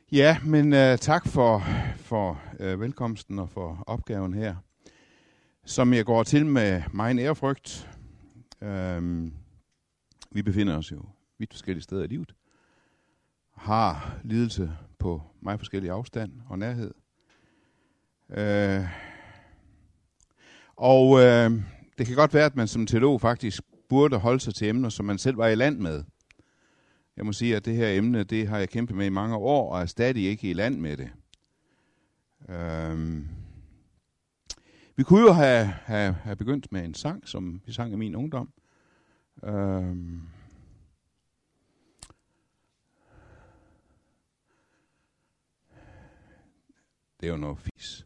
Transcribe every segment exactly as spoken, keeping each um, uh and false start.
Ja, men uh, tak for, for uh, velkomsten og for opgaven her, som jeg går til med megen ærefrygt. Uh, vi befinder os jo vidt forskellige steder i livet, har lidelse på meget forskellig afstand og nærhed. Uh, og uh, det kan godt være, at man som teolog faktisk burde holde sig til emner, som man selv var i land med. Jeg må sige, at det her emne, det har jeg kæmpet med i mange år, og er stadig ikke i land med det. Øhm. Vi kunne jo have, have, have begyndt med en sang, som vi sang i min ungdom. Øhm. Det er jo noget fis.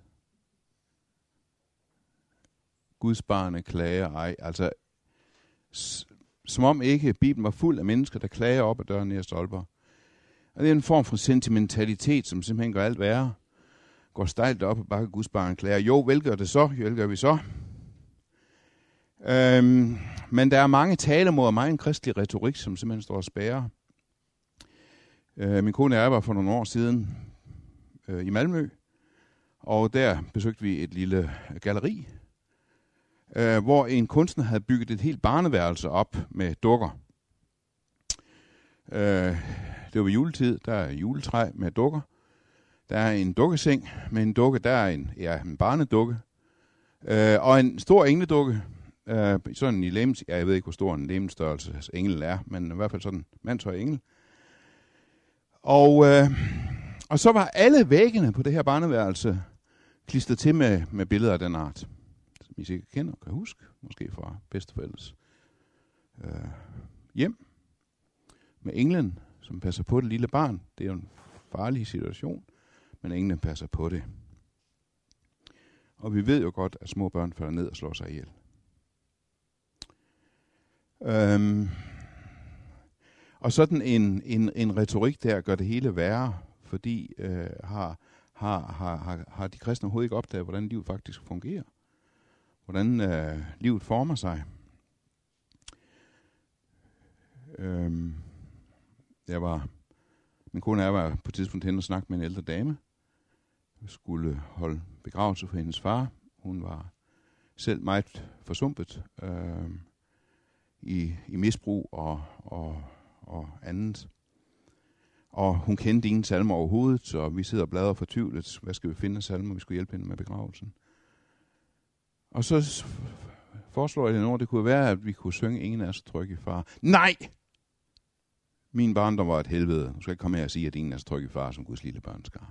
Guds barne klager ej. Altså, s- som om ikke Bibelen var fuld af mennesker, der klager op ad døren ned ad stolper. Og det er en form for sentimentalitet, som simpelthen gør alt værre. Går stejlt op og bakker Guds barn klager. Jo, vel gør det så, jo, vel gør vi så. Øhm, men der er mange talemåder, meget en kristelig retorik, som simpelthen står og spærrer. Øh, min kone og jeg var for nogle år siden øh, i Malmø, og der besøgte vi et lille galleri, Uh, hvor en kunstner havde bygget et helt barneværelse op med dukker. Uh, det var ved juletid, der er juletræ med dukker. Der er en dukkeseng med en dukke, der er en, ja, en barnedukke. Uh, og en stor engledukke, uh, sådan i legems, ja, jeg ved ikke, hvor stor en legemsstørrelse engel er, men i hvert fald sådan en mandshøj engel. Og, uh, og så var alle væggene på det her barneværelse klistret til med, med billeder af den art. I sikkert kender og kan huske, måske fra bedsteforældres øh, hjem, med englen, som passer på det lille barn. Det er jo en farlig situation, men englen passer på det. Og vi ved jo godt, at små børn falder ned og slår sig ihjel. Øhm, og sådan en, en, en retorik der gør det hele værre, fordi øh, har, har, har, har de kristne overhovedet ikke opdaget, hvordan livet faktisk fungerer. Hvordan øh, livet former sig. Øhm, jeg var, min kone og jeg var på et tidspunkt hen og snakke med en ældre dame. Jeg skulle holde begravelse for hendes far. Hun var selv meget forsumpet øh, i, i misbrug og, og, og andet. Og hun kendte ingen salmer overhovedet, så vi sidder og bladrer fortvivlet. Hvad skal vi finde af salmer? Vi skulle hjælpe hende med begravelsen. Og så foreslår jeg det, det kunne være, at vi kunne synge Ingen af os tryg i far. Nej! Min barndom var et helvede. Nu skal jeg komme her og sige, at ingen af os tryg i far, som Guds lille børn skar.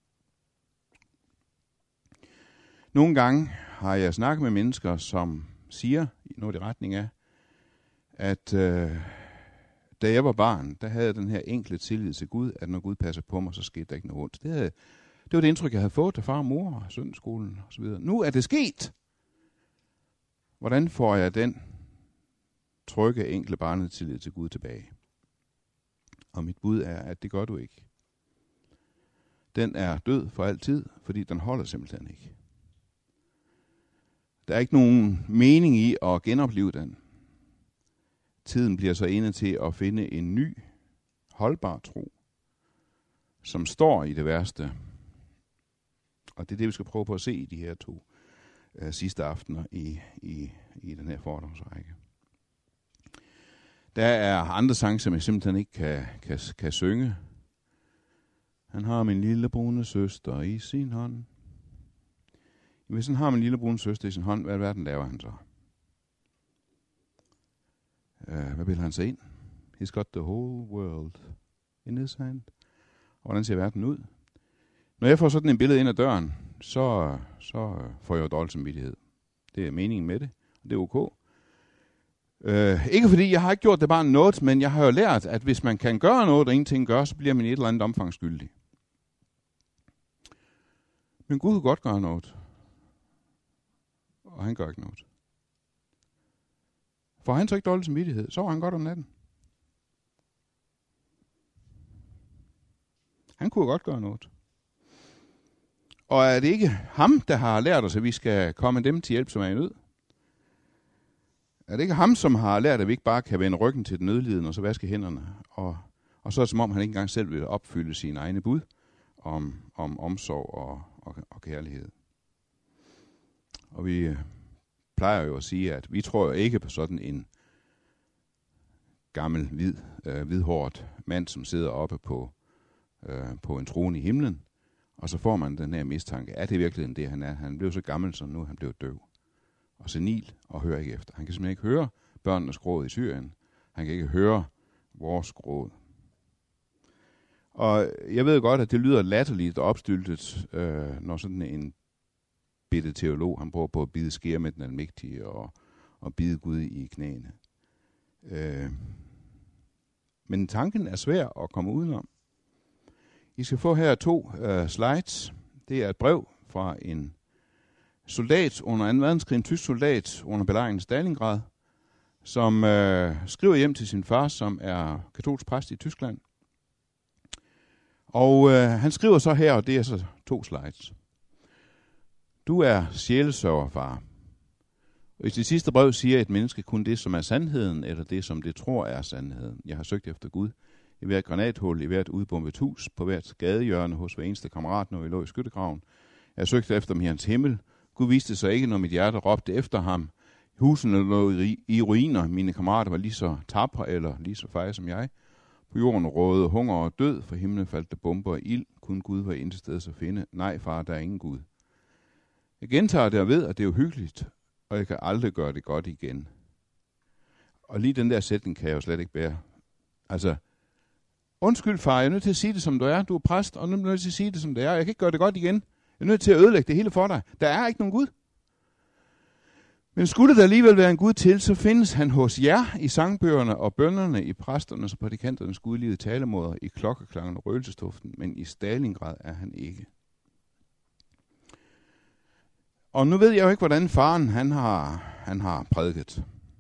Nogle gange har jeg snakket med mennesker, som siger, i noget i retning af, at øh, da jeg var barn, der havde jeg den her enkle tillid til Gud, at når Gud passer på mig, så skete der ikke noget ondt. Det, havde, det var det indtryk, jeg havde fået af far og mor og søndagsskolen osv. Nu er det sket. Hvordan får jeg den trygge, enkle barnetillid til Gud tilbage? Og mit bud er, at det gør du ikke. Den er død for altid, fordi den holder simpelthen ikke. Der er ikke nogen mening i at genopleve den. Tiden bliver så ene til at finde en ny, holdbar tro, som står i det værste. Og det er det, vi skal prøve på at se i de her to uh, sidste aftener i, i, i den her foredragsrække. Der er andre sange, som jeg simpelthen ikke kan, kan, kan synge. Han har min lille brune søster i sin hånd. Hvis han har min lille brune søster i sin hånd, hvad verden laver han så? Uh, hvad vil han så ind? He's got the whole world in his hand. Og hvordan ser verden ud? Når jeg får sådan en billede ind ad døren, så, så får jeg jo dårlig samvittighed. Det er meningen med det, og det er ok. Uh, ikke fordi jeg har ikke gjort det bare noget, men jeg har jo lært, at hvis man kan gøre noget, og ingenting gør, så bliver man i et eller andet omfang skyldig. Men Gud kan godt gøre noget. Og han gør ikke noget. For han så ikke dårlig samvittighed, så var han godt om natten. Han kunne godt gøre noget. Og er det ikke ham, der har lært os, at vi skal komme dem til hjælp, som er i nød? Er det ikke ham, som har lært, at vi ikke bare kan vende ryggen til den nødlidende, og så vaske hænderne? Og, og så er det som om, han ikke engang selv vil opfylde sine egne bud, om, om omsorg og, og, og kærlighed. Og vi øh, plejer jo at sige, at vi tror ikke på sådan en gammel, hvid, øh, hvidhåret mand, som sidder oppe på, øh, på en trone i himlen, og så får man den her mistanke. Er det virkelig det, han er? Han blev så gammel, som nu han blev døv og senil og hører ikke efter. Han kan simpelthen ikke høre børnenes gråd i Syrien. Han kan ikke høre vores gråd. Og jeg ved godt, at det lyder latterligt og opstyltet, øh, når sådan en bitte teolog, han prøver på at bide skære med den almægtige og, og bide Gud i knæene. Øh, men tanken er svær at komme udenom. I skal få her to øh, slides. Det er et brev fra en soldat under anden verdenskrig, en tysk soldat under belejringen af Stalingrad, som øh, skriver hjem til sin far, som er katolsk præst i Tyskland. Og øh, han skriver så her, og det er så to slides. Du er sjælesørger, far. Og i det sidste brev siger et menneske kun det, som er sandheden, eller det, som det tror er sandheden. Jeg har søgt efter Gud i hvert granathul, i hvert udbombet hus, på hvert gadehjørne hos hver eneste kammerat, når vi lå i skyttegraven. Jeg har søgt efter ham i hans himmel. Gud viste sig ikke, når mit hjerte råbte efter ham. Husene lå i, i ruiner. Mine kammerater var lige så tapre eller lige så feje som jeg. På jorden rådede hunger og død, for himlen faldt der bomber og ild. Kun Gud var intet sted at finde. Nej, far, der er ingen Gud. Jeg gentager det og ved, at det er uhyggeligt, og jeg kan aldrig gøre det godt igen. Og lige den der sætning kan jeg jo slet ikke bære. Altså, undskyld far, jeg er nødt til at sige det, som du er. Du er præst, og nu er jeg nødt til at sige det, som det er. Jeg kan ikke gøre det godt igen. Jeg er nødt til at ødelægge det hele for dig. Der er ikke nogen Gud. Men skulle der alligevel være en Gud til, så findes han hos jer i sangbøgerne og bønnerne, i præsternes og prædikanternes gudlivede talemåder, i klokkeklangen og røgelsestuften, men i Stalingrad er han ikke. Og nu ved jeg jo ikke, hvordan faren han har, han har prædiket.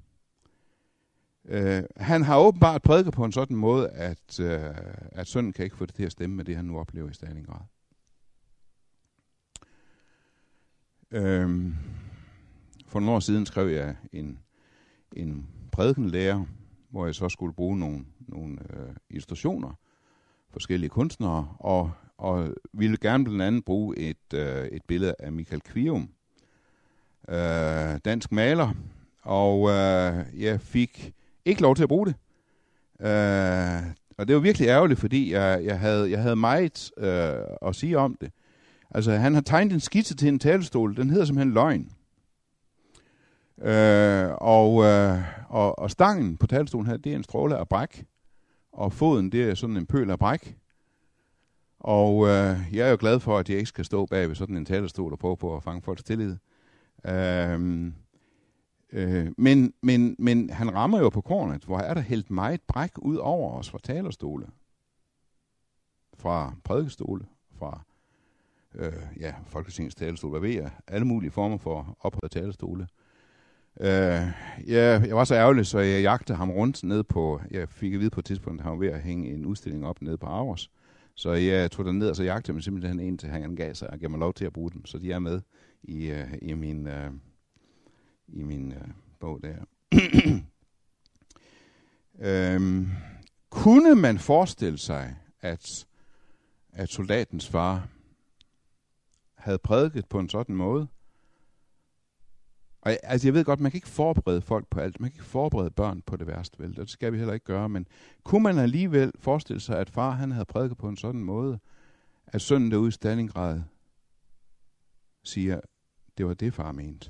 Uh, han har åbenbart prædiket på en sådan måde, at, uh, at sønnen kan ikke få det til at stemme med det, han nu oplever i Stalingrad. Uh, for nogle år siden skrev jeg en, en prædikenlære, hvor jeg så skulle bruge nogle, nogle uh, illustrationer, forskellige kunstnere, og, og ville gerne blandt andet bruge et, uh, et billede af Michael Kvium, uh, dansk maler, og uh, jeg fik ikke lov til at bruge det. Uh, og det var virkelig ærgerligt, fordi jeg, jeg, havde, jeg havde meget uh, at sige om det. Altså, han har tegnet en skitse til en talestol. Den hedder simpelthen Løgn. Uh, og, uh, og, og stangen på talestolen her, det er en stråle af bræk. Og foden, det er sådan en pøl af bræk. Og uh, jeg er jo glad for, at jeg ikke skal stå bag ved sådan en talestol og prøve på at fange folks tillid. Uh, Øh, men, men, men han rammer jo på kornet, hvor er der hældt meget bræk ud over os fra talerstole, fra prædikestole, fra øh, ja, Folketingets talerstol, hvad ved jeg, alle mulige former for ophøjet talerstole. Øh, jeg, jeg var så ærgerlig, så jeg jagtede ham rundt ned på, jeg fik at vide på et tidspunkt, at han var ved at hænge en udstilling op nede på Aarhus. Så jeg tog den ned, og så jagtede jeg simpelthen en til, han gav sig og gav mig lov til at bruge dem, så de er med i, uh, i min... Uh, i min øh, bog der. øhm, kunne man forestille sig, at, at soldatens far havde prædiket på en sådan måde? Og jeg, altså jeg ved godt, man kan ikke forberede folk på alt. Man kan ikke forberede børn på det værste, vel? Det skal vi heller ikke gøre. Men kunne man alligevel forestille sig, at far han havde prædiket på en sådan måde, at sønnen derude i Stalingrad siger, det var det far mente?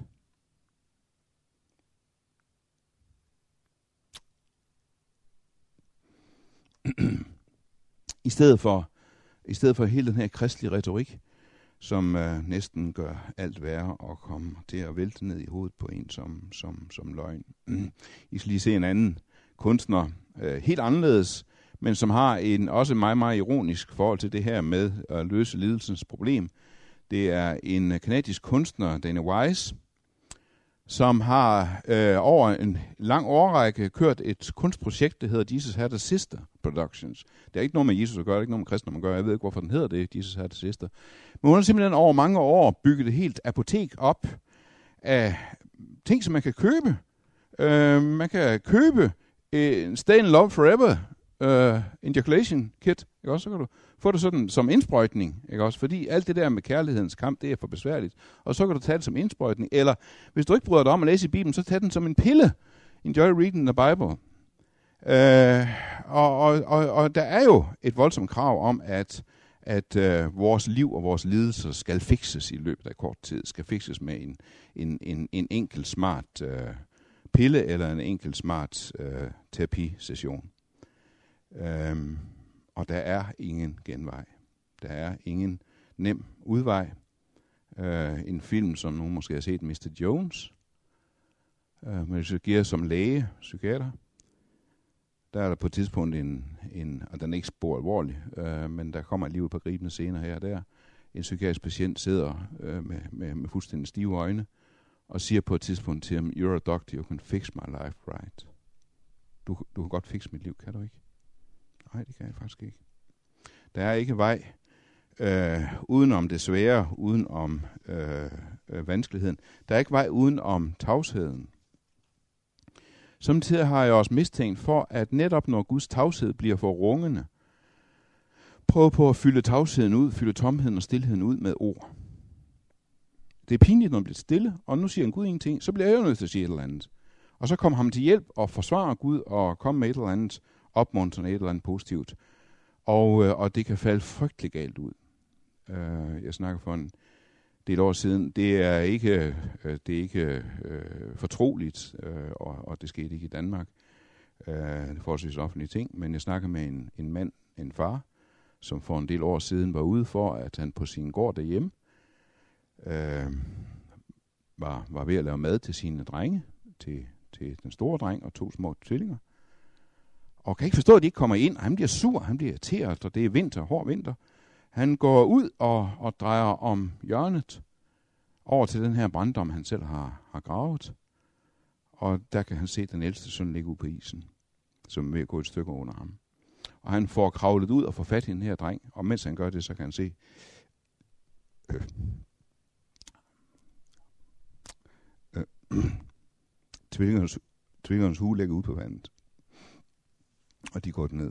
I stedet for, i stedet for hele den her kristelige retorik, som øh, næsten gør alt værre og kommer til at vælte ned i hovedet på en som, som, som løgn. I skal lige se en anden kunstner, øh, helt anderledes, men som har en også meget, meget ironisk forhold til det her med at løse lidelsens problem. Det er en kanadisk kunstner, Dana Wise, som har øh, over en lang årrække kørt et kunstprojekt, der hedder Jesus Had a Sister Productions. Det er ikke noget med Jesus at gøre, det er ikke noget med kristne at gøre. Jeg ved ikke, hvorfor den hedder det, Jesus Had a Sister. Men hun har simpelthen over mange år bygget et helt apotek op af ting, som man kan købe. Øh, man kan købe en Stay in Love Forever uh, ejaculation kit. Ikke også? Så kan du Få det sådan som indsprøjtning, ikke også? Fordi alt det der med kærlighedens kamp, det er for besværligt. Og så kan du tage det som indsprøjtning. Eller hvis du ikke bryder dig om at læse i Bibelen, så tag den som en pille. Enjoy reading the Bible. Øh, og, og, og, og der er jo et voldsomt krav om, at, at øh, vores liv og vores lidelser skal fikses i løbet af kort tid. Skal fikses med en, en, en, en enkelt smart øh, pille eller en enkelt smart øh, terapisession. Øh, og der er ingen genvej. Der er ingen nem udvej. Øh, en film, som nogen måske har set, mister Jones, øh, med psykiater som læge, psykiater. Der er der på et tidspunkt en, en og den er ikke spor alvorlig, øh, men der kommer alligevel på gribende scener her og der. En psykiatrisk patient sidder øh, med, med, med fuldstændig stive øjne, og siger på et tidspunkt til ham, "You're a doctor, you can fix my life, right?" Du, du kan godt fikse mit liv, kan du ikke? Nej, det kan jeg faktisk ikke. Der er ikke vej øh, uden om det svære, uden om øh, øh, vanskeligheden. Der er ikke vej uden om tavsheden. Samtidig har jeg også mistænkt for, at netop når Guds tavshed bliver for rungende, prøv på at fylde tavsheden ud, fylde tomheden og stilheden ud med ord. Det er pinligt, når man bliver stille, og nu siger en Gud ingenting, så bliver jeg jo nødt til at sige et eller andet. Og så kommer ham til hjælp og forsvarer Gud og kommer med et eller andet opmuntrende, et eller andet positivt. Og, øh, og det kan falde frygtelig galt ud. Uh, jeg snakker for en del år siden. Det er ikke, øh, det er ikke øh, fortroligt, øh, og, og det skete ikke i Danmark. Uh, det er forholdsvis offentlige ting, men jeg snakker med en, en mand, en far, som for en del år siden var ude for, at han på sin gård derhjemme øh, var, var ved at lave mad til sine drenge, til, til den store dreng og to små tvillinger. Og kan ikke forstå, at de ikke kommer ind. Han bliver sur, han bliver irriteret, og det er vinter, hård vinter. Han går ud og, og drejer om hjørnet over til den her branddom, han selv har, har gravet. Og der kan han se den ældste søn ligge ude på isen, som er ved at gå et stykke under ham. Og han får kravlet ud og får fat i den her dreng, og mens han gør det, så kan han se øh, øh, tvillingernes, tvillingernes hue ligger ude på vandet. Og de går ned.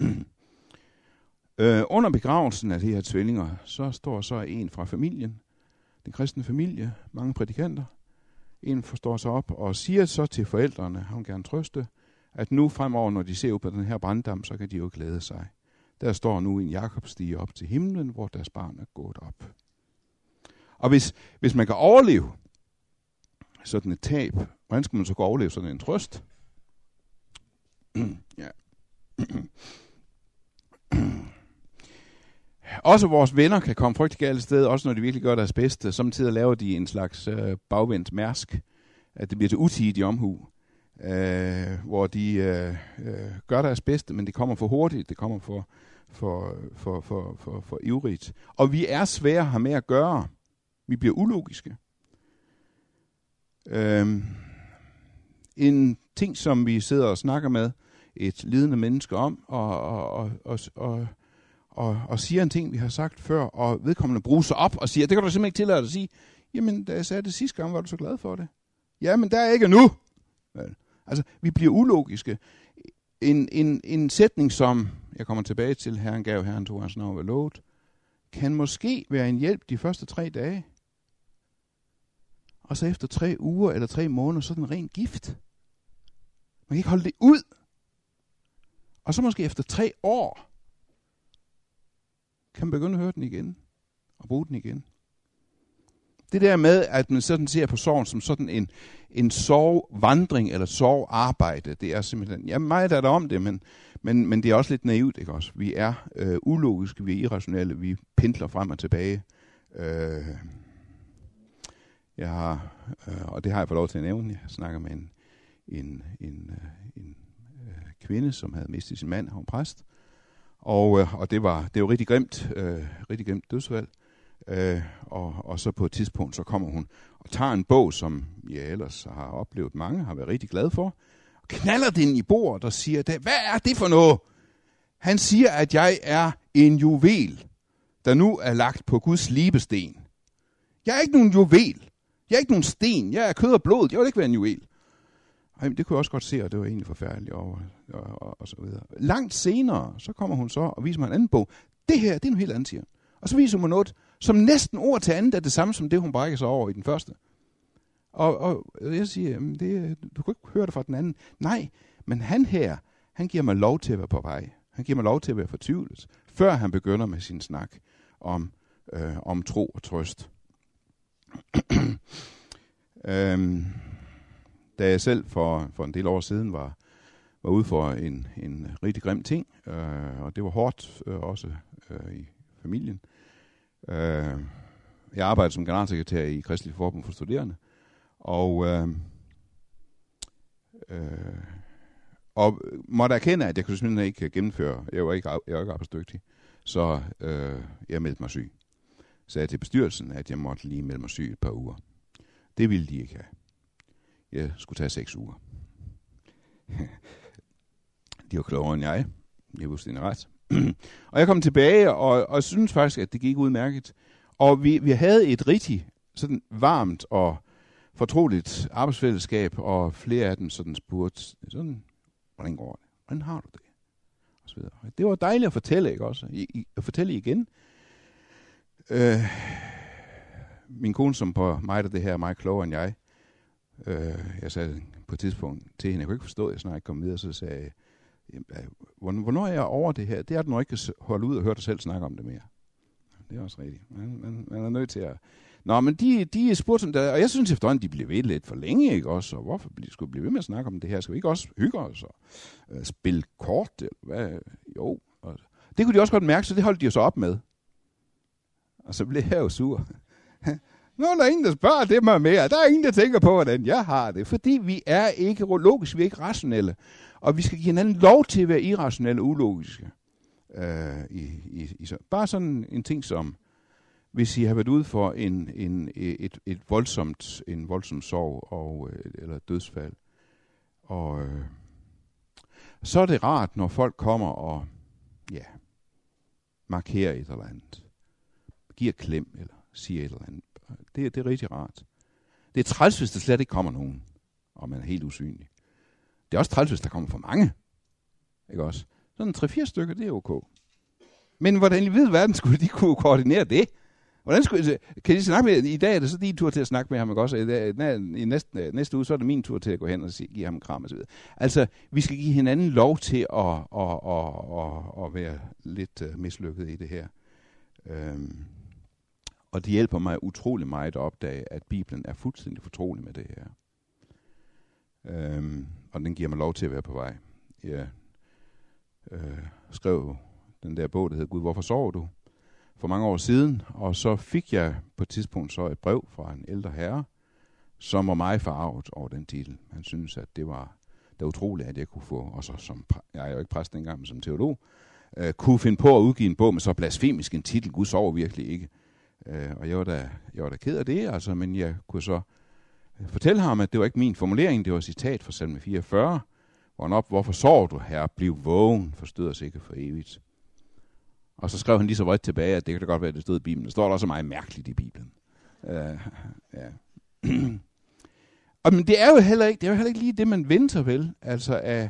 øh, under begravelsen af de her tvillinger, så står så en fra familien, den kristne familie, mange prædikanter. En forstår sig op og siger så til forældrene, han vil gerne trøste, at nu fremover, når de ser ud på den her branddam, så kan de jo glæde sig. Der står nu en Jakobstige op til himlen, hvor deres barn er gået op. Og hvis, hvis man kan overleve sådan et tab, hvordan skal man så kunne overleve sådan en trøst? Ja. Også vores venner kan komme frygtelig galt sted, også når de virkelig gør deres bedste. Samtidig laver de en slags øh, bagvendt mærsk, at det bliver til utidig omhu, øh, hvor de øh, øh, gør deres bedste, men det kommer for hurtigt, det kommer for, for, for, for, for, for ivrigt. Og vi er svære at have med at gøre. Vi bliver ulogiske. Øh, en ting, som vi sidder og snakker med et lidende menneske om, og, og, og, og, og, og, og siger en ting, vi har sagt før, og vedkommende bruser op og siger, det kan du simpelthen ikke tillade dig at sige. Jamen, da jeg sagde det sidste gang, var du så glad for det? Jamen, der er ikke nu. Altså, vi bliver ulogiske. En, en, en sætning, som jeg kommer tilbage til, Herren gav, Herren tog hans navn ved lovet, kan måske være en hjælp de første tre dage. Og så efter tre uger eller tre måneder, så er den ren gift. Man kan ikke holde det ud. Og så måske efter tre år, kan man begynde at høre den igen, og bruge den igen. Det der med, at man sådan ser på sorgen som sådan en, en sorgvandring eller sorgarbejde, det er simpelthen, ja, meget er der om det, men, men, men det er også lidt naivt, ikke også? Vi er øh, ulogiske, vi er irrationelle, vi pendler frem og tilbage. Øh, jeg har, øh, og det har jeg fået lov til at nævne, jeg snakker med en, en, en, øh, en øh, kvinde, som havde mistet sin mand, han var præst, og, øh, og det var, det var rigtig grimt, øh, rigtig grimt dødsfald. Øh, og, og så på et tidspunkt, så kommer hun og tager en bog, som jeg ellers har oplevet mange, har været rigtig glad for, og knaller den i bordet og siger, hvad er det for noget? Han siger, at jeg er en juvel, der nu er lagt på Guds libesten. Jeg er ikke nogen juvel. Jeg er ikke nogen sten. Jeg er kød og blod. Jeg vil ikke være en juvel. Ej, det kunne jeg også godt se, og det var egentlig forfærdeligt, og, og, og, og så videre. Langt senere, så kommer hun så og viser mig en anden bog. Det her, det er noget helt andet, siger hun. Og så viser hun mig noget, som næsten ord til andet er det samme, som det, hun brækker sig over i den første. Og, og jeg siger, det, du kan ikke høre det fra den anden. Nej, men han her, han giver mig lov til at være på vej. Han giver mig lov til at være fortvivlet, før han begynder med sin snak om, øh, om tro og trøst. øhm, da jeg selv for, for en del år siden var, var ude for en, en rigtig grim ting, øh, og det var hårdt øh, også øh, i familien. Øh, jeg arbejdede som generalsekretær i Kristelig Forbund for Studerende, og, øh, øh, og måtte erkende, at jeg kunne simpelthen ikke gennemføre, jeg var ikke, jeg var ikke arbejdsdygtig, så øh, jeg meldte mig syg. Sagde til bestyrelsen, at jeg måtte lige melde mig syg et par uger. Det ville de ikke have. Jeg skulle tage seks uger. De var klogere end jeg. Jeg var fuldstændig ret. Og jeg kom tilbage, og, og synes faktisk, at det gik udmærket. Og vi, vi havde et rigtig sådan varmt og fortroligt arbejdsfællesskab, og flere af dem sådan spurgte, sådan, hvordan går det? Hvordan har du det? Og så videre. Det var dejligt at fortælle, ikke også? I, i, at fortælle igen. Øh, min kone, som på mig, der det her er meget klogere end jeg, øh, jeg sagde på et tidspunkt til hende, jeg kunne ikke forstå, at jeg snart ikke kom videre, så sagde jeg, hvornår er jeg over det her? Det er, at du nok ikke kan holde ud og høre dig selv snakke om det mere. Det er også rigtigt. Man, man, man er nødt til at... Nå, men de, de spurgte som der, og jeg synes efterhånden, de blev ved lidt for længe, ikke også? Og hvorfor skulle blive ved med at snakke om det her? Skal vi ikke også hygge os og uh, spille kort? Eller hvad? Jo. Og det kunne de også godt mærke, så det holdt de jo så op med. Og så blev jeg jo sur. Nå, der er ingen, der spørger det mig mere. Der er ingen, der tænker på, hvordan jeg har det. Fordi vi er ikke logiske, vi er ikke rationelle. Og vi skal give hinanden lov til at være irrationelle og ulogiske. Uh, i, i, i så. Bare sådan en ting som, hvis I har været ude for en, en, et, et voldsomt, en voldsom sorg og, eller dødsfald, og øh, så er det rart, når folk kommer og ja, markerer et eller andet, giver klem eller siger et eller andet. Det, det er rigtig rart. Det er træls, hvis der slet ikke kommer nogen, og man er helt usynlig. Det er også træls, hvis der kommer for mange. Ikke også? Sådan tre-fire stykker, det er ok. Men hvordan i vid verden skulle de kunne koordinere det? Hvordan skulle, kan de snakke med, i dag er det så din tur til at snakke med ham, ikke også? I, i næste, næste uge, så er det min tur til at gå hen og sige, give ham en kram og så videre. Altså, vi skal give hinanden lov til at, at, at, at, at være lidt uh, mislykket i det her. Um, og det hjælper mig utrolig meget at opdage, at Bibelen er fuldstændig fortrolig med det her. Um, og den giver mig lov til at være på vej. Jeg uh, skrev den der bog, der hedder Gud, hvorfor sover du? For mange år siden, og så fik jeg på et tidspunkt så et brev fra en ældre herre, som var meget forarvet over den titel. Han synes, at det var, det var utroligt, at jeg kunne få, og så som, jeg er jo ikke præst dengang, men som teolog, øh, kunne finde på at udgive en bog med så blasfemisk en titel, Gud sover virkelig ikke. Øh, og jeg var, da, jeg var da ked af det, altså, men jeg kunne så fortælle ham, at det var ikke min formulering, det var et citat fra salme fireogfyrre, hvor han op, hvorfor sover du, herre, bliv vågen, forstød os ikke for evigt. Og så skrev han lige så vredt tilbage, at det kan da godt være, at det stod i Bibelen. Det står der også meget mærkeligt i Bibelen. Uh, ja. Og men det er jo heller ikke, det er jo heller ikke lige det, man venter vel, altså af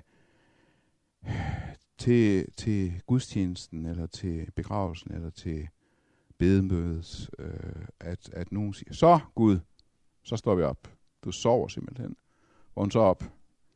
til, til gudstjenesten, eller til begravelsen, eller til bedemødet, uh, at, at nogen siger, så Gud, så står vi op. Du sover simpelthen. Vågn så op.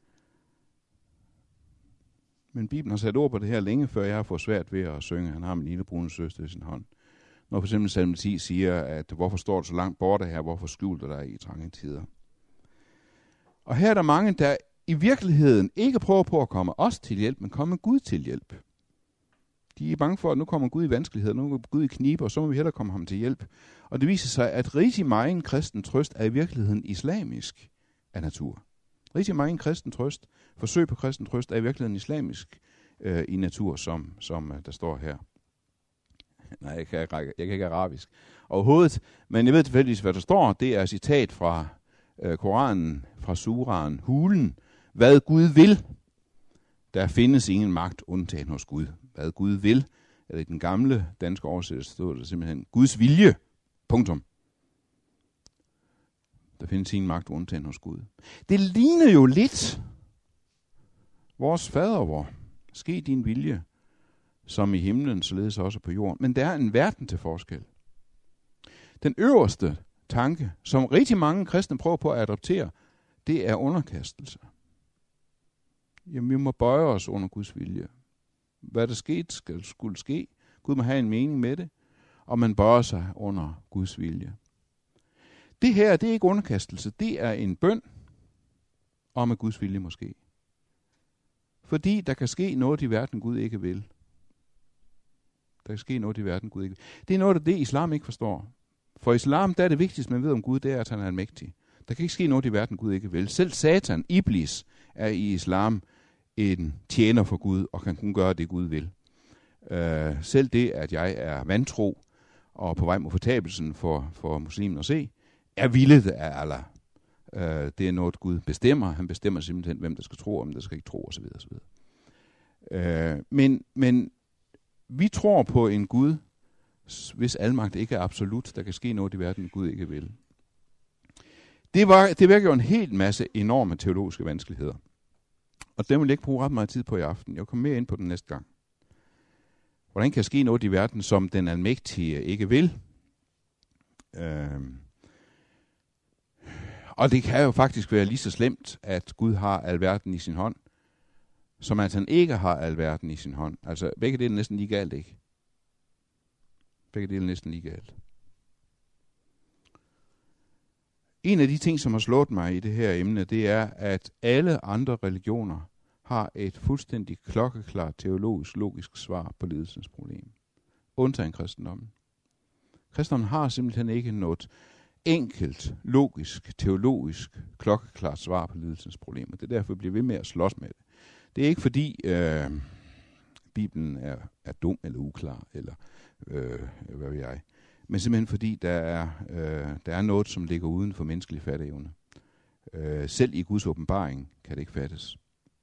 Men Bibelen har sat ord på det her længe, før jeg har fået svært ved at synge. Han har min lille brune søster i sin hånd. Når for eksempel salme ti siger, at hvorfor står du så langt borte her, hvorfor skjuler du dig i trange tider? Og her er der mange, der i virkeligheden ikke prøver på at komme os til hjælp, men komme Gud til hjælp. De er bange for, at nu kommer Gud i vanskeligheder, nu kommer Gud i knibe, og så må vi hellere komme ham til hjælp. Og det viser sig, at rigtig meget kristen trøst er i virkeligheden islamisk af natur. Rigtig meget kristen trøst, forsøg på kristen trøst, er i virkeligheden islamisk øh, i natur, som, som uh, der står her. Nej, jeg kan, jeg kan ikke arabisk overhovedet, men jeg ved tilfældigvis, hvad der står. Det er et citat fra øh, Koranen, fra suraen Hulen. Hvad Gud vil, der findes ingen magt undtagen hos Gud. Hvad Gud vil, eller i den gamle danske oversættelse stod der simpelthen Guds vilje. Punktum. Der findes ingen magt undtagen hos Gud. Det ligner jo lidt vores fader, hvor ske din vilje, som i himlen, således også på jorden. Men der er en verden til forskel. Den øverste tanke, som rigtig mange kristne prøver på at adoptere, det er underkastelse. Jamen, vi må bøje os under Guds vilje. Hvad der skete, skal, skulle ske. Gud må have en mening med det, og man bøjer sig under Guds vilje. Det her, det er ikke underkastelse, det er en bøn om, at Guds vilje måske. Fordi der kan ske noget i verden, Gud ikke vil. Der kan ske noget i verden, Gud ikke vil. Det er noget af det, islam ikke forstår. For islam, der er det vigtigste, man ved om Gud, det er, at han er mægtig. Der kan ikke ske noget i verden, Gud ikke vil. Selv Satan, Iblis, er i islam en tjener for Gud, og kan kun gøre det, Gud vil. Uh, selv det, at jeg er vantro, og på vej mod fortabelsen for, for muslimen at se, er villet af Allah. Uh, det er noget, Gud bestemmer. Han bestemmer simpelthen, hvem der skal tro, og hvem der skal ikke tro, osv. osv. Uh, men, men vi tror på en Gud, hvis almagt ikke er absolut. Der kan ske noget i verden, Gud ikke vil. Det, var, det virker jo en hel masse enorme teologiske vanskeligheder. Og dem vil jeg ikke bruge ret meget tid på i aften. Jeg kommer mere ind på den næste gang. Hvordan kan ske noget i verden, som den almægtige ikke vil? Øhm. Og det kan jo faktisk være lige så slemt, at Gud har alverden i sin hånd, som at han ikke har alverden i sin hånd. Altså begge dele er næsten lige galt, ikke? Begge dele er næsten lige galt. En af de ting, som har slået mig i det her emne, det er, at alle andre religioner har et fuldstændig klokkeklart teologisk, logisk svar på lidelsens problem. Undtagen kristendommen. Kristendommen har simpelthen ikke noget enkelt, logisk, teologisk, klokkeklart svar på lidelsens problemer. Det er derfor, vi bliver ved med at slås med det. Det er ikke fordi øh, Bibelen er, er dum eller uklar, eller øh, hvad ved jeg. Men simpelthen fordi, der er, øh, der er noget, som ligger uden for menneskelig fatteevne. Øh, selv i Guds åbenbaring kan det ikke fattes.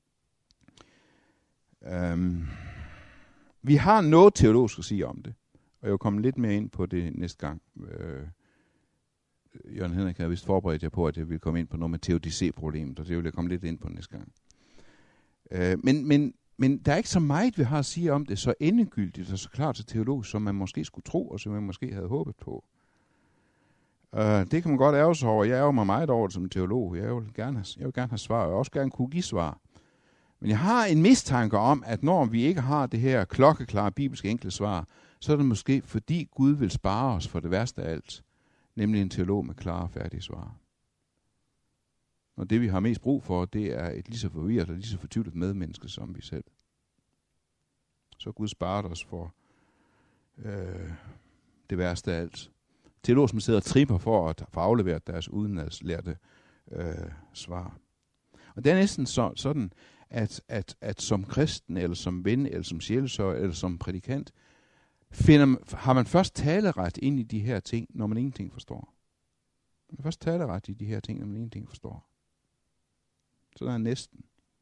Um, vi har noget teologisk at sige om det, og jeg vil komme lidt mere ind på det næste gang. Øh, Jørgen Henrik har vist forberedt jer på, at jeg vil komme ind på noget med teodicé-problemet, og det vil jeg komme lidt ind på næste gang. Øh, men, men, men der er ikke så meget, vi har at sige om det, så endegyldigt og så klart så teologisk, som man måske skulle tro, og som man måske havde håbet på. Uh, det kan man godt ærge sig over. Jeg ærger mig meget over det som teolog. Jeg vil gerne have, jeg vil gerne have svar, og jeg vil også gerne kunne give svar. Men jeg har en mistanke om, at når vi ikke har det her klokkeklare bibelske enkle svar, så er det måske fordi Gud vil spare os for det værste af alt, nemlig en teolog med klare og færdige svar. Og det vi har mest brug for, det er et lige så forvirret og lige så fortvivlet medmenneske som vi selv. Så Gud sparer os for øh, det værste af alt. Teologer, som sidder og tripper for at få afleveret deres udenadslærte øh, svar. Og det er næsten så, sådan, at, at, at som kristen, eller som ven, eller som sjælesørger, eller som prædikant, finder, har man først taleret ind i de her ting, når man ingenting forstår. Man har først taleret i de her ting, når man ingenting forstår. Så der er næsten.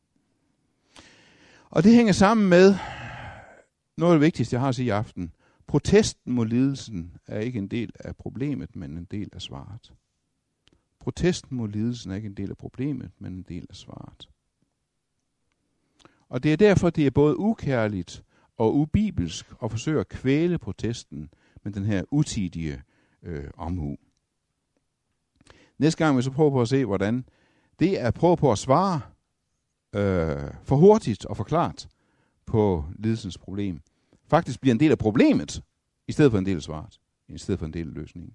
Og det hænger sammen med noget af det vigtigste, jeg har at sige i aften. Protesten mod lidelsen er ikke en del af problemet, men en del af svaret. Protesten mod lidelsen er ikke en del af problemet, men en del af svaret. Og det er derfor, det er både ukærligt og ubibelsk at forsøge at kvæle protesten med den her utidige øh, omhu. Næste gang vil jeg så prøve på at se, hvordan det er at prøve på at svare øh, for hurtigt og for klart på lidelsens problem. Faktisk bliver en del af problemet, i stedet for en del af svaret, i stedet for en del af løsningen.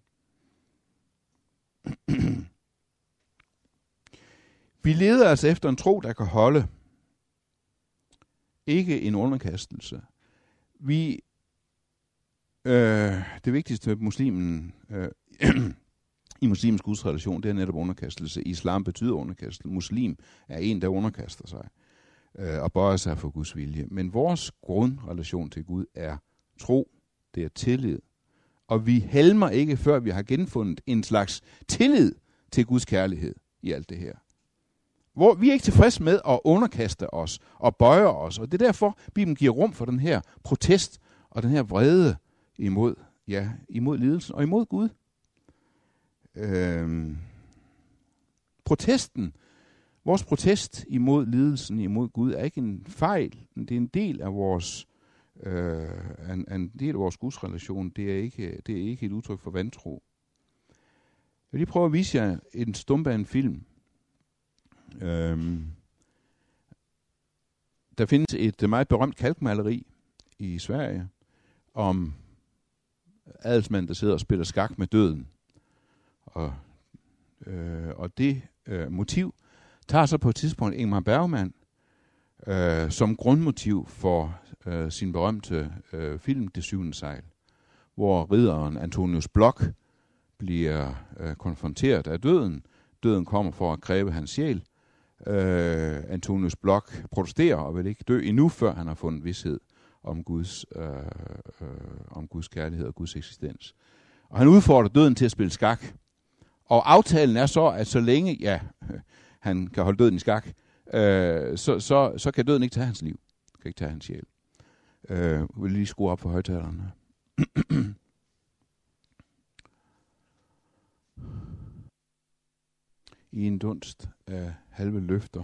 Vi leder altså efter en tro, der kan holde. Ikke en underkastelse. Vi, øh, det vigtigste med muslimen, øh, i muslimsk gudsrelation, det er netop underkastelse. Islam betyder underkastelse. Muslim er en, der underkaster sig øh, og bøjer sig for Guds vilje. Men vores grundrelation til Gud er tro, det er tillid. Og vi helmer ikke, før vi har genfundet en slags tillid til Guds kærlighed i alt det her. Hvor vi er ikke tilfredse med at underkaste os og bøje os. Og det er derfor, Bibelen giver rum for den her protest og den her vrede imod, ja, imod lidelsen og imod Gud. Øhm. protesten, vores protest imod lidelsen, imod Gud, er ikke en fejl. Det er en del af vores, øh, en, en del af vores gudsrelation. Det er ikke, det er ikke et udtryk for vantro. Jeg vil lige prøve at vise jer en stump af en film. Øhm, der findes et meget berømt kalkmaleri i Sverige om adelsmanden, der sidder og spiller skak med døden. Og, øh, og det øh, motiv tager så på et tidspunkt Ingmar Bergman øh, som grundmotiv for øh, sin berømte øh, film Det syvende sejl, hvor ridderen Antonius Blok bliver øh, konfronteret af døden. Døden kommer for at kræve hans sjæl. Øh, Antonius Blok protesterer og vil ikke dø endnu, før han har fundet vished om Guds, øh, øh, om Guds kærlighed og Guds eksistens. Og han udfordrer døden til at spille skak. Og aftalen er så, at så længe ja, han kan holde døden i skak, øh, så, så, så kan døden ikke tage hans liv. Kan ikke tage hans sjæl. Øh, vil lige skrue op for højtalerne. I en dunst af halve løfter.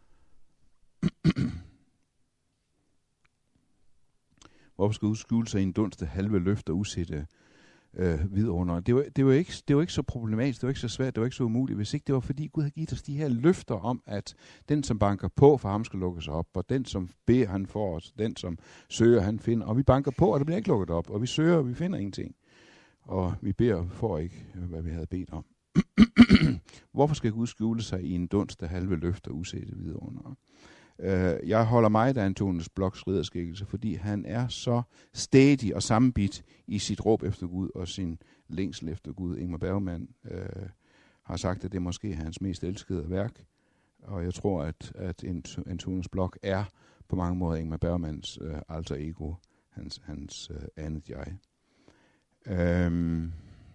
Hvorfor skal du skjule sig i en dunst af halve løfter usætte øh, vidunder? Det var, det, var ikke, det var ikke så problematisk, det var ikke så svært, det var ikke så umuligt, hvis ikke det var fordi Gud havde givet os de her løfter om, at den som banker på for ham skal lukkes op, og den som beder han får os, den som søger han finder, og vi banker på, og det bliver ikke lukket op, og vi søger, og vi finder ingenting, og vi beder og får ikke, hvad vi havde bedt om. Hvorfor skal Gud skjule sig i en dunst af halve løfter usætte vidunder? Uh, jeg holder mig af Antonius Bloks ridderskikkelse, fordi han er så stædig og sammenbidt i sit råb efter Gud og sin længsel efter Gud. Ingmar Bergman uh, har sagt, at det måske er hans mest elskede værk, og jeg tror, at, at Antonius Blok er på mange måder Ingmar Bergmans uh, alter ego, hans, hans uh, andet jeg. Um,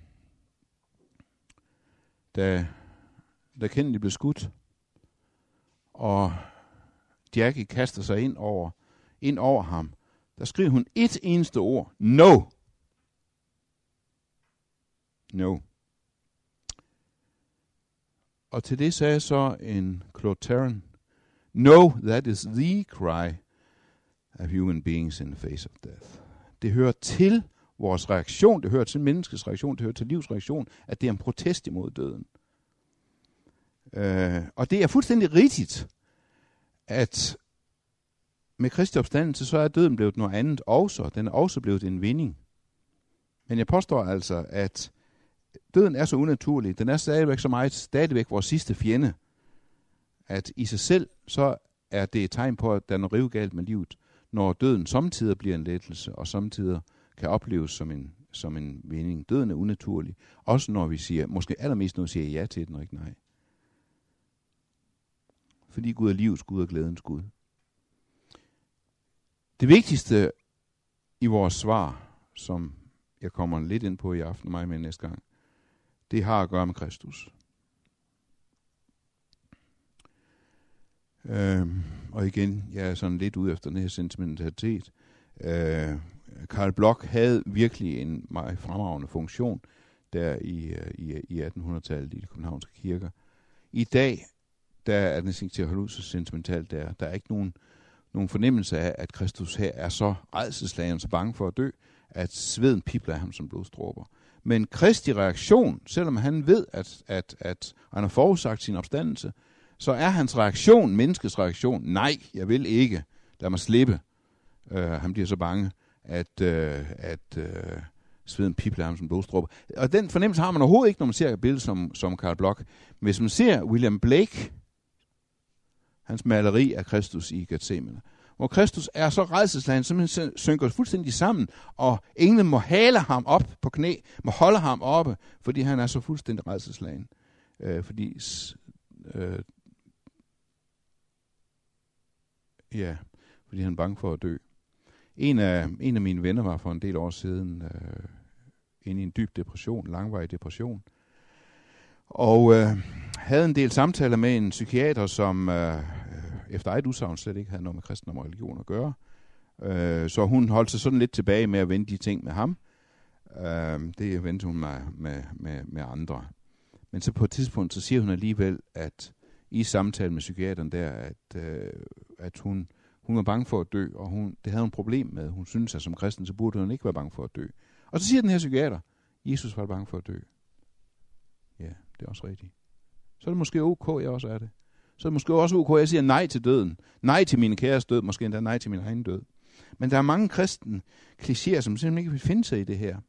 da, da Kennedy blev skudt, og Jackie kaster sig ind over, ind over ham, der skriver hun et eneste ord. No. No. Og til det sagde så en Claude Terran, no, that is the cry of human beings in the face of death. Det hører til vores reaktion, det hører til menneskets reaktion, det hører til livs reaktion, at det er en protest imod døden. Uh, og det er fuldstændig rigtigt, at med Kristi opstandelse, så er døden blevet noget andet også. Den er også blevet en vinding. Men jeg påstår altså, at døden er så unaturlig. Den er stadigvæk så meget, stadigvæk vores sidste fjende, at i sig selv, så er det et tegn på, at der er noget rivegalt med livet, når døden samtidig bliver en lettelse, og samtidig kan opleves som en, som en vinding. Døden er unaturlig. Også når vi siger, måske allermest når vi siger ja til den, og ikke nej. Fordi Gud er livets Gud og glædens Gud. Det vigtigste i vores svar, som jeg kommer lidt ind på i aften og mig med næste gang, det har at gøre med Kristus. Øhm, og igen, jeg er sådan lidt ude efter den her sentimentalitet. Øh, Karl Bloch havde virkelig en meget fremragende funktion der i, i, i attenhundredetallet i de københavnske kirker. I dag der er den ikke til at holde ud så sentimentalt der. Der er ikke nogen, nogen fornemmelse af, at Kristus her er så rædselsslagen, så bange for at dø, at sveden pibler af ham som blodstråber. Men Kristi reaktion, selvom han ved, at, at, at han har forudsagt sin opstandelse, så er hans reaktion, menneskets reaktion, nej, jeg vil ikke, lad mig slippe. Uh, han bliver så bange, at, uh, at uh, sveden pibler ham som blodstråber. Og den fornemmelse har man overhovedet ikke, når man ser et billede som, som Karl Bloch. Hvis man ser William Blake, hans maleri af Kristus i Gethsemane, hvor Kristus er så rædselsslagen, som han synker fuldstændig sammen, og englen må hale ham op på knæ, må holde ham oppe, fordi han er så fuldstændig rædselsslagen. Øh, fordi, øh, ja, fordi han er bange for at dø. En af, en af mine venner var for en del år siden øh, inde i en dyb depression, langvarig depression, og øh, havde en del samtaler med en psykiater, som øh, efter eget udsagn slet ikke havde noget med kristendom og religion at gøre. Øh, så hun holdt sig sådan lidt tilbage med at vende de ting med ham. Øh, det vendte hun med, med, med, med andre. Men så på et tidspunkt, så siger hun alligevel, at i samtale med psykiateren der, at, øh, at hun, hun var bange for at dø, og hun, det havde hun et problem med. Hun synes, at som kristen, så burde hun ikke være bange for at dø. Og så siger den her psykiater, Jesus var bange for at dø. Ja, det er også rigtigt. Så er det måske ok, jeg også er det. Så er det måske også ok, jeg siger nej til døden. Nej til min kæres død, måske endda nej til min egen død. Men der er mange kristne klichéer, som simpelthen ikke vil finde sig i det her.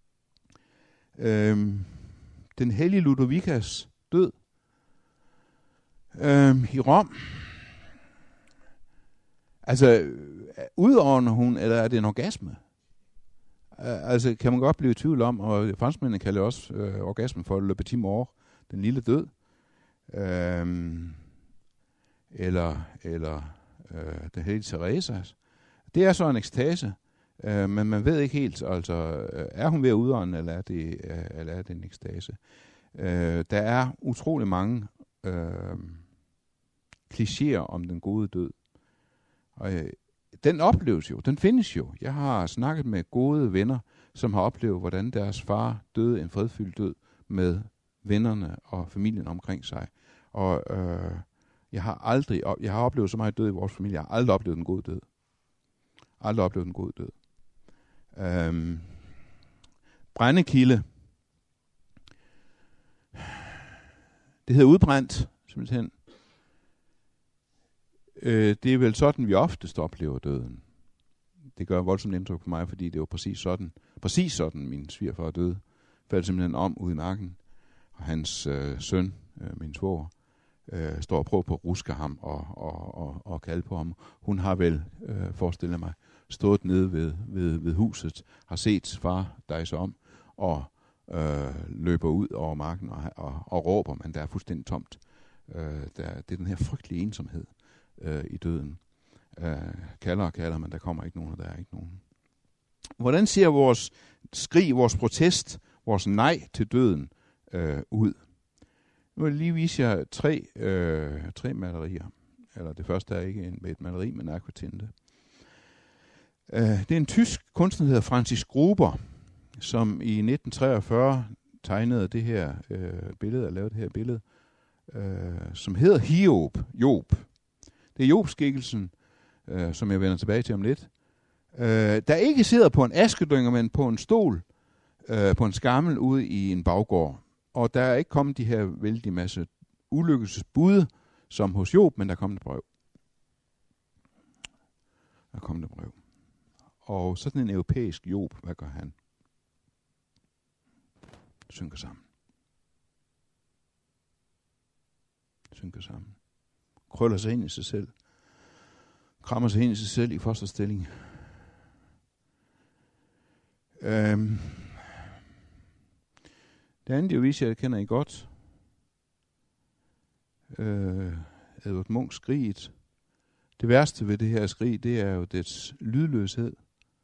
Øhm, den hellige Ludovikas død øhm, i Rom. Altså, udordner hun, eller er det en orgasme? Altså, kan man godt blive i tvivl om, og franskmændene kalder også øh, orgasmen for le petit mort, den lille død. Øhm, eller eller øh, den hellige Teresas. Det er så en ekstase, øh, men man ved ikke helt, altså, øh, er hun ved at udånde, eller er det, øh, eller er det en ekstase? Øh, der er utrolig mange øh, klichéer om den gode død. Og øh, den opleves jo, den findes jo. Jeg har snakket med gode venner, som har oplevet, hvordan deres far døde en fredfyldt død med vennerne og familien omkring sig. Og øh, jeg har aldrig, jeg har oplevet så meget død i vores familie, jeg har aldrig oplevet en god død. Aldrig oplevet en god død. Øhm, brændekilde. Det hedder udbrændt, simpelthen. Øh, det er vel sådan, vi oftest oplever døden. Det gør voldsomt indtryk på mig, fordi det var præcis sådan, præcis sådan min svigerfar døde. Faldt simpelthen om ude i marken, og hans øh, søn, øh, min svoger, øh, står og prøver på at ruske ham og, og, og, og kalde på ham. Hun har vel, øh, forestillet mig, stået nede ved, ved, ved huset, har set far dejse om, og øh, løber ud over marken og, og, og råber, men der er fuldstændig tomt. Øh, der, det er den her frygtelige ensomhed øh, i døden. Øh, kalder og kalder, men der kommer ikke nogen, og der er ikke nogen. Hvordan ser vores skrig, vores protest, vores nej til døden øh, ud? Nu vil jeg lige vise jer tre, øh, tre malerier. Eller det første er ikke en, et maleri, men akvatinte. Uh, det er en tysk kunstner, der hedder Francis Gruber, som i nitten treogfyrre tegnede det her uh, billede, og lavede det her billede, uh, som hedder Hiob. Job. Det er Job-skikkelsen, uh, som jeg vender tilbage til om lidt, uh, der ikke sidder på en askedynger, men på en stol, uh, på en skammel ude i en baggård. Og der er ikke kommet de her vældig masse ulykkesbud, som hos Job, men der er kommet et brev. Der er kommet et brev. Og sådan en europæisk Job, hvad gør han? Synker sammen. Synker sammen. Krøller sig ind i sig selv. Krammer sig ind i sig selv i fosterstilling. Øhm. Det andet, jeg viser, jeg kender I godt. Øh, Edvard Munchs Skriget. Det værste ved det her skrig, det er jo dets lydløshed.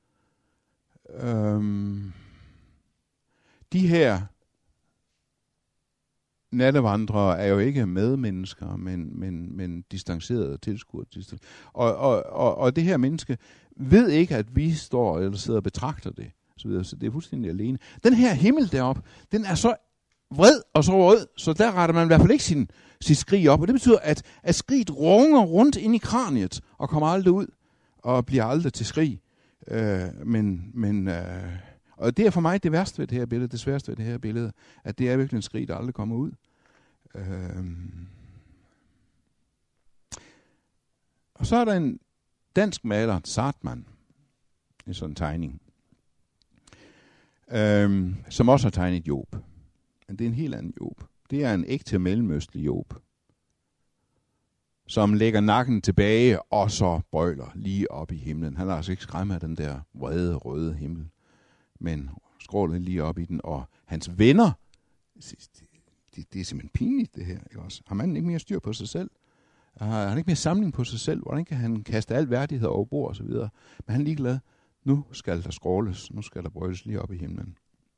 Øhm, de her nattevandrere er jo ikke medmennesker, men, men, men distancerede tilskuere. Distan- og, og, og, og det her menneske ved ikke, at vi står eller sidder og betragter det. Så, videre, så det er fuldstændig alene. Den her himmel deroppe, den er så vred og så rød, så der retter man i hvert fald ikke sin, sit skrig op. Og det betyder, at, at skriget runger rundt ind i kraniet og kommer aldrig ud og bliver aldrig til skrig. Øh, men, men, øh, og det er for mig det værste ved det her billede, det sværeste ved det her billede, at det er virkelig en skrig, der aldrig kommer ud. Øh. Og så er der en dansk maler, Sartmann, en sådan tegning, øh, som også har tegnet Job. Men det er en helt anden Job. Det er en ægte mellemøstlig Job, som lægger nakken tilbage og så brøler lige op i himlen. Han lader altså ikke skræmme af den der vrede, røde himmel, men skråler lige op i den. Og hans venner, det, det, det er simpelthen pinligt det her. Ikke også? Har manden ikke mere styr på sig selv? Har han ikke mere samling på sig selv? Hvordan kan han kaste al værdighed over bord og så videre? Men han er ligeglad. Nu skal der skråles. Nu skal der brøles lige op i himlen.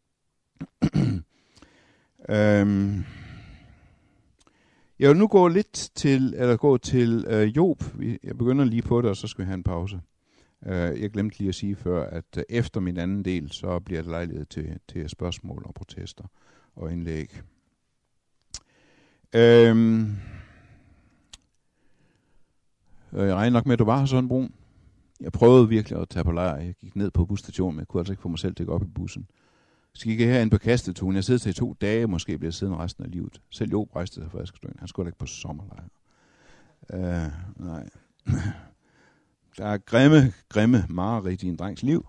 øhm... Jeg vil nu gå lidt til, eller gå til øh, Job. Jeg begynder lige på det, og så skal vi have en pause. Uh, jeg glemte lige at sige før, at uh, efter min anden del, så bliver det lejlighed til, til spørgsmål og protester og indlæg. Øhm, jeg regner nok med, at du var her, Søren Brun. Jeg prøvede virkelig at tage på lejr. Jeg gik ned på busstationen, men jeg kunne altså ikke få mig selv til at gå op i bussen. Så gik jeg herinde på Kastetun. Jeg sidder til i to dage, måske bliver jeg siddende resten af livet. Selv Job rejste sig fra Askestøen. Han skulle ikke på sommerlejr. Uh, nej. Der er grimme, grimme mareridt i en drengs liv,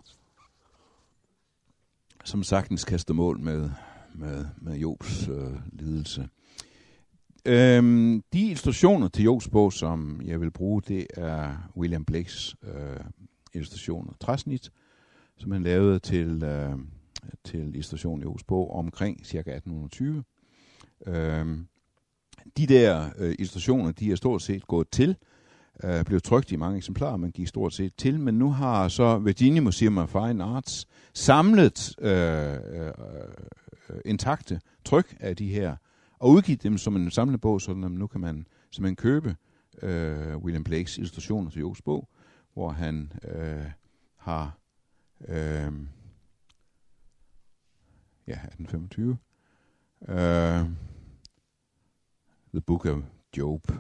som sagtens kaster mål med, med, med Jobs øh, lidelse. Øhm, de illustrationer til Jobs bog, som jeg vil bruge, det er William Blakes øh, illustrationer. Træsnit, som han lavede til, øh, til illustration i Jobs bog omkring ca. atten tyve. Øhm, de der øh, illustrationer, de er stort set gået til, øh, blev trykt i mange eksemplarer, man gik stort set til, men nu har så Virginia Museum of Fine Arts samlet øh, øh, intakte tryk af de her, og udgivet dem som en samlet bog, så nu kan man simpelthen købe øh, William Blakes illustrationer til Jobs bog, hvor han øh, har øh, ja, atten femogtyve øh, The Book of Job,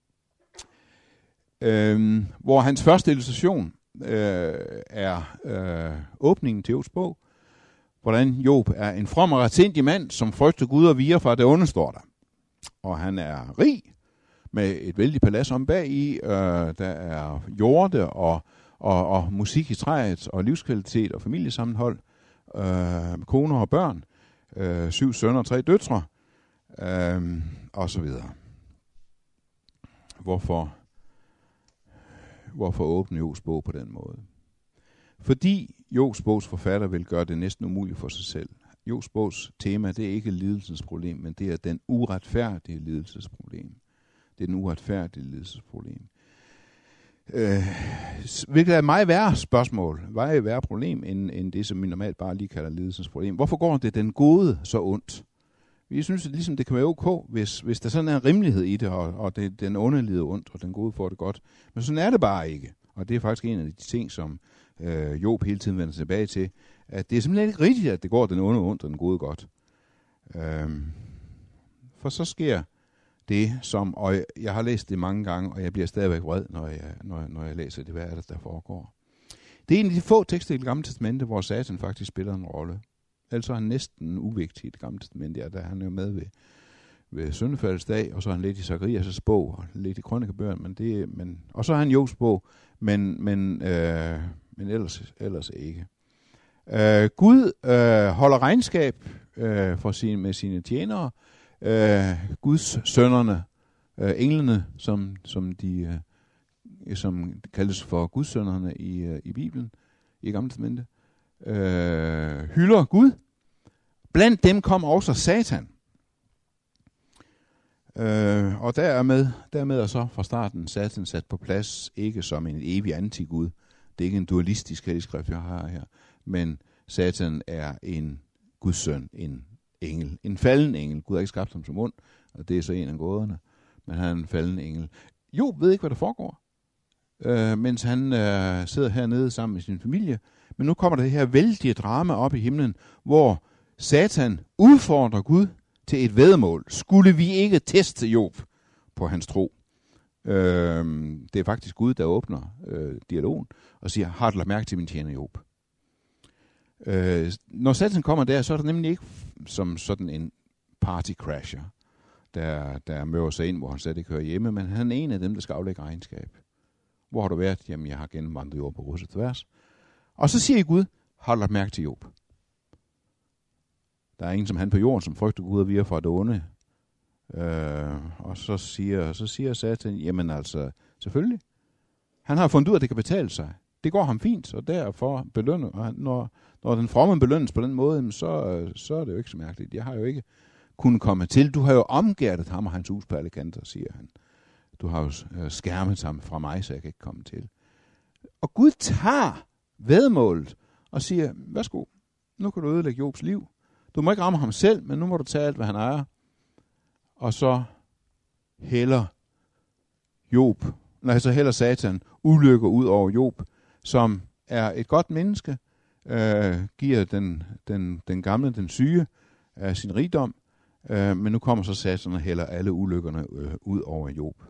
øh, hvor hans første illustration øh, er øh, åbningen til Jobs bog, hvordan Job er en from og retsindig mand, som frygter Gud og viger fra det onde, står der. Og han er rig, med et vældig palads om bag i. Øh, der er hjorte og, og, og musik i træet, og livskvalitet og familiesammenhold, øh, koner og børn, øh, syv sønner og tre døtre, øh, og så videre. Hvorfor, hvorfor åbne Jobs bog på den måde? Fordi Jobs bogs forfatter vil gøre det næsten umuligt for sig selv. Jobs bogs tema, det er ikke lidelsens problem, men det er den uretfærdige lidelsesproblem. Det er den uretfærdige lidelsesproblem. Øh, hvilket er et meget værre spørgsmål, meget værre problem, end, end det, som vi normalt bare lige kalder lidelsesproblem. Hvorfor går det den gode så ondt? Vi synes, at ligesom det kan være ok, hvis, hvis der sådan er en rimelighed i det, og, og det, den onde lider ondt, og den gode får det godt. Men sådan er det bare ikke. Og det er faktisk en af de ting, som øh, Job hele tiden vender tilbage til, at det er simpelthen ikke rigtigt, at det går den onde ondt og den gode godt. Øhm, for så sker det, som, og jeg, jeg har læst det mange gange, og jeg bliver stadigvæk vred, når jeg, når, når jeg læser det, hvad er det, der foregår. Det er en af de få tekster i Det Gamle Testamente, hvor Satan faktisk spiller en rolle. Ellers er han næsten uvigtig i Det Gamle Testamente, ja, der er han jo med ved, ved syndefaldets dag, og så er han lidt i Zakarias' bog, og lidt i krønikebøgerne, men det, men, og så er han Jobs bog, men, men, øh, men ellers, ellers ikke. Øh, Gud øh, holder regnskab øh, for sin, med sine tjenere, øh, Guds sønnerne, øh, englene, som, som de øh, som kaldes for Guds sønnerne i, øh, i Bibelen, i Gamle Testamente, øh, hylder Gud. Blandt dem kom også Satan. Øh, og dermed, dermed er så fra starten Satan sat på plads, ikke som en evig antigud. Det er ikke en dualistisk helligskrift, jeg har her, men Satan er en Guds søn, en engel, en falden engel. Gud har ikke skabt ham som ond, og det er så en af gåderne, men han er en falden engel. Job ved ikke, hvad der foregår, øh, mens han øh, sidder hernede sammen med sin familie, men nu kommer der det her vældige drama op i himlen, hvor Satan udfordrer Gud til et væddemål. Skulle vi ikke teste Job på hans tro? Øh, det er faktisk Gud, der åbner øh, dialogen og siger, har du lagt mærke til min tjener Job? Øh, når Satan kommer der, så er der nemlig ikke som sådan en partycrasher, der, der møver sig ind, hvor han slet ikke hører hjemme, men han er en af dem, der skal aflægge regnskab. Hvor har du været? Jamen, jeg har gennemvandret jord på kryds og tværs. Og så siger Gud, har du lagt mærke til Job? Der er ingen som han på jorden, som frygter Gud og viger fra det onde. Øh, og så siger, så siger Satan, jamen altså, selvfølgelig. Han har fundet ud af, at det kan betale sig. Det går ham fint, og derfor belønner. Og han, når, når den fromme belønnes på den måde, så, så er det jo ikke så mærkeligt. Jeg har jo ikke kunnet komme til. Du har jo omgærdet ham og hans hus på alle kanter, siger han. Du har jo skærmet ham fra mig, så jeg kan ikke komme til. Og Gud tager væddemålet og siger, værsgo, nu kan du ødelægge Jobs liv. Du må ikke ramme ham selv, men nu må du tage alt, hvad han ejer. Og så hælder Job, nej, så hælder Satan ulykker ud over Job, som er et godt menneske, øh, giver den, den, den gamle, den syge af sin rigdom, Øh, men nu kommer så Satan og hælder alle ulykkerne øh, ud over Job.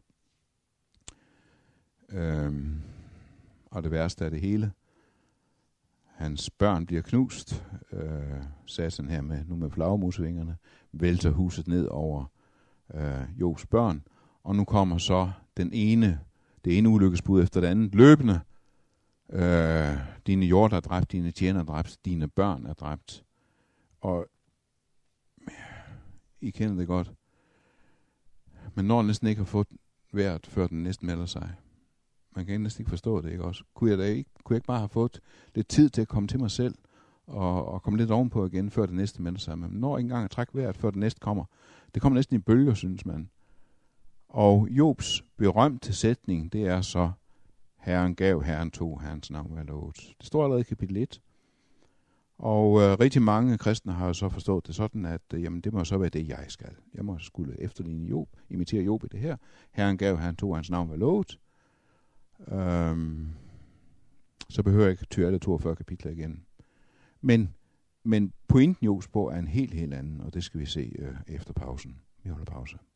Øh, og det værste af det hele, hans børn bliver knust. Øh, Satan her med, nu med flagermusvingerne, vælter huset ned over øh, Jobs børn. Og nu kommer så den ene, det ene ulykkesbud efter det andet løbende. Øh, dine hjorter er dræbt, dine tjener er dræbt, dine børn er dræbt. Og I kender det godt. Men når næsten ikke har fået vejret, før den næsten melder sig. Man kan næsten ikke forstå det, ikke også? Kunne jeg, da ikke, kunne jeg ikke bare have fået lidt tid til at komme til mig selv, og, og komme lidt ovenpå igen, før det næste melder sig. Men når ikke engang at trække vejret, før det næste kommer. Det kommer næsten i bølger, synes man. Og Jobs berømte sætning, det er så, Herren gav, Herren tog, Herrens navn var lovet. Det står allerede i kapitel et. Og øh, rigtig mange kristne har jo så forstået det sådan, at øh, jamen, det må så være det, jeg skal. Jeg må skulle efterligne Job, imitere Job i det her. Herren gav, Herren tog, Hans navn var lovet. Øhm, så behøver jeg ikke tyre alle toogfyrre kapitler igen. Men, men pointen Jobs på er en helt, helt anden, og det skal vi se øh, efter pausen. Vi holder pause.